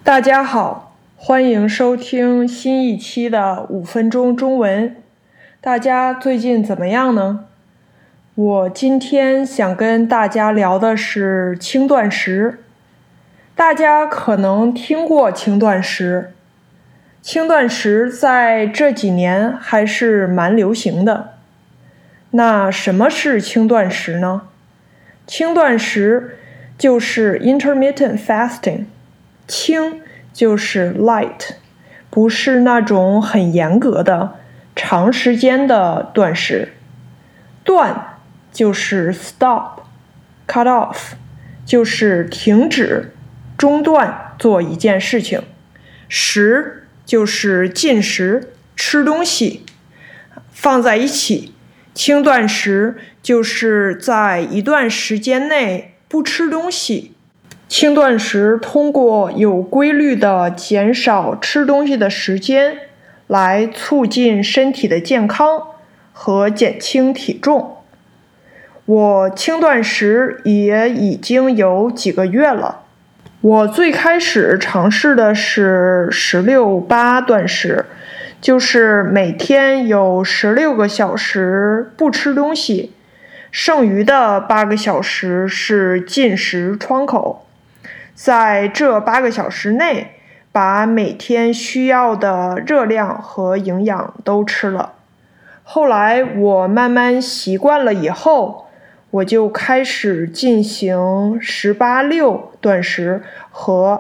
大家好，欢迎收听新一期的5分钟中文。大家最近怎么样呢？我今天想跟大家聊的是轻断食。大家可能听过轻断食，轻断食在这几年还是蛮流行的。那什么是轻断食呢？轻断食就是 intermittent fasting， 轻就是 light， 不是那种很严格的长时间的断食。断就是 stop， cut off， 就是停止中断做一件事情。食就是进食，吃东西，放在一起。轻断食就是在一段时间内不吃东西。轻断食通过有规律的减少吃东西的时间，来促进身体的健康和减轻体重。我轻断食也已经有几个月了。我最开始尝试的是16-8断食，就是每天有16个小时不吃东西，剩余的8个小时是进食窗口。在这8个小时内，把每天需要的热量和营养都吃了。后来我慢慢习惯了以后，我就开始进行18-6断食和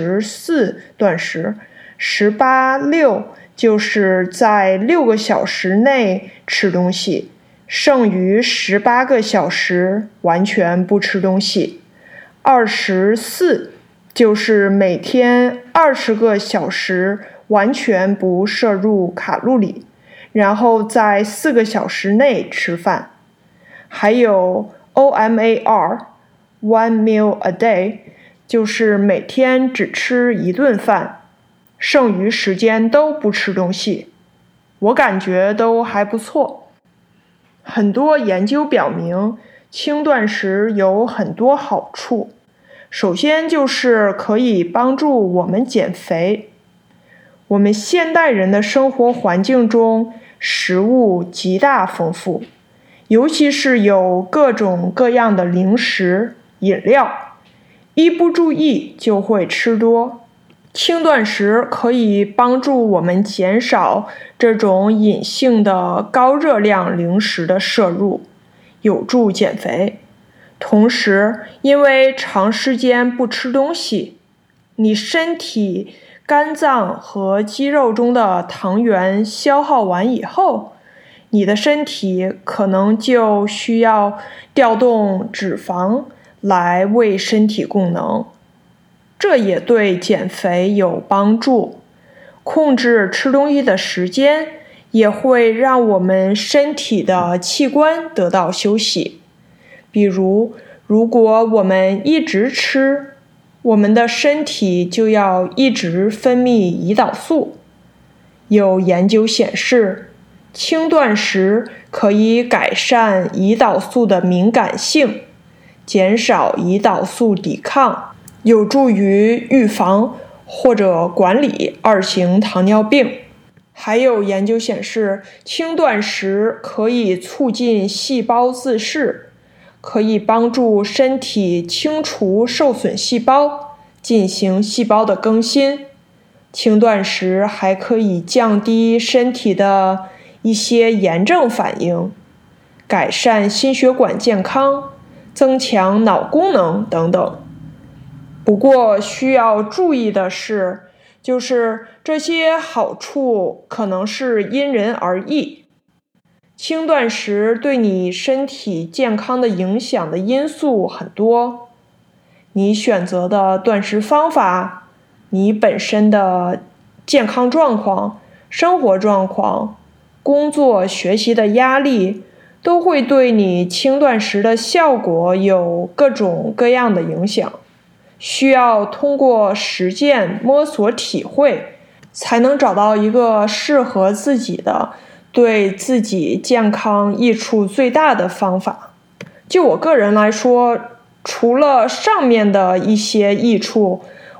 24断食。18-6就是在6个小时内吃东西，剩余18个小时完全不吃东西。24就是每天20个小时完全不摄入卡路里，然后在4个小时内吃饭。还有 OMAR One Meal a Day， 就是每天只吃1顿饭，剩余时间都不吃东西。我感觉都还不错。很多研究表明，轻断食有很多好处。首先就是可以帮助我们减肥。我们现代人的生活环境中，食物极大丰富，尤其是有各种各样的零食、饮料，一不注意就会吃多。轻断食可以帮助我们减少这种隐性的高热量零食的摄入，有助减肥。同时，因为长时间不吃东西，你身体肝脏和肌肉中的糖原消耗完以后，你的身体可能就需要调动脂肪来为身体供能，这也对减肥有帮助。控制吃东西的时间也会让我们身体的器官得到休息。比如，如果我们一直吃，我们的身体就要一直分泌胰岛素。有研究显示，轻断食可以改善胰岛素的敏感性，减少胰岛素抵抗，有助于预防或者管理2型糖尿病。还有研究显示，轻断食可以促进细胞自噬，可以帮助身体清除受损细胞，进行细胞的更新。轻断食还可以降低身体的一些炎症反应，改善心血管健康，增强脑功能等等。不过需要注意的是，就是这些好处可能是因人而异。轻断食对你身体健康的影响的因素很多，你选择的断食方法，你本身的健康状况、生活状况、工作学习的压力，都会对你轻断食的效果有各种各样的影响，需要通过实践摸索体会，才能找到一个适合自己的、对自己健康益处最大的方法。就我个人来说，除了上面的一些益处，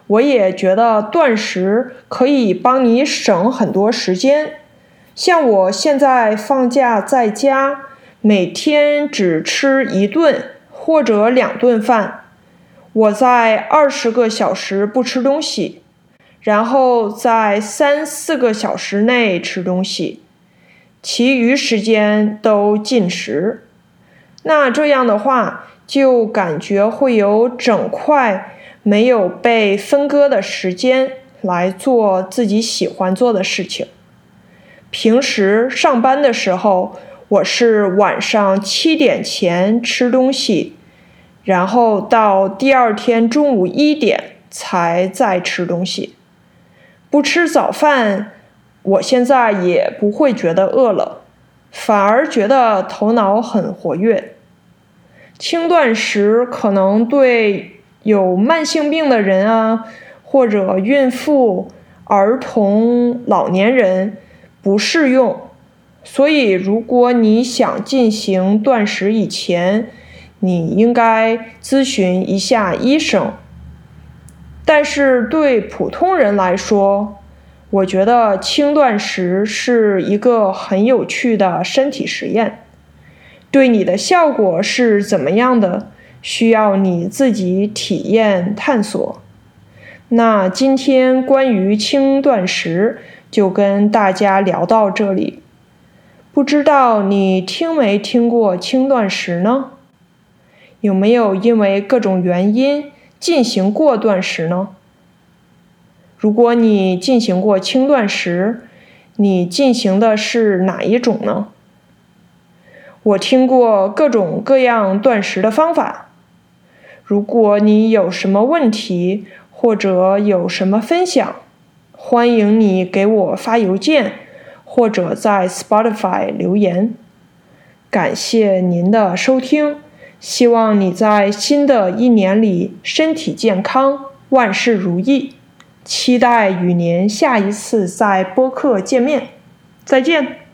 我也觉得断食可以帮你省很多时间。像我现在放假在家，每天只吃1顿或者2顿饭，我在20个小时不吃东西，然后在3-4个小时内吃东西，其余时间都禁食。那这样的话，就感觉会有整块没有被分割的时间来做自己喜欢做的事情。平时上班的时候，我是晚上7点前吃东西，然后到第二天中午1点才再吃东西。不吃早饭，我现在也不会觉得饿了，反而觉得头脑很活跃。轻断食可能对有慢性病的人啊，或者孕妇、儿童、老年人不适用，所以如果你想进行断食以前，你应该咨询一下医生。但是对普通人来说，我觉得轻断食是一个很有趣的身体实验。对你的效果是怎么样的，需要你自己体验探索。那今天关于轻断食就跟大家聊到这里。不知道你听没听过轻断食呢？有没有因为各种原因进行过断食呢？如果你进行过轻断食，你进行的是哪一种呢？我听过各种各样断食的方法。如果你有什么问题，或者有什么分享，欢迎你给我发邮件，或者在 Spotify 留言。感谢您的收听，希望你在新的1年里身体健康，万事如意。期待与您下一次在播客见面。再见。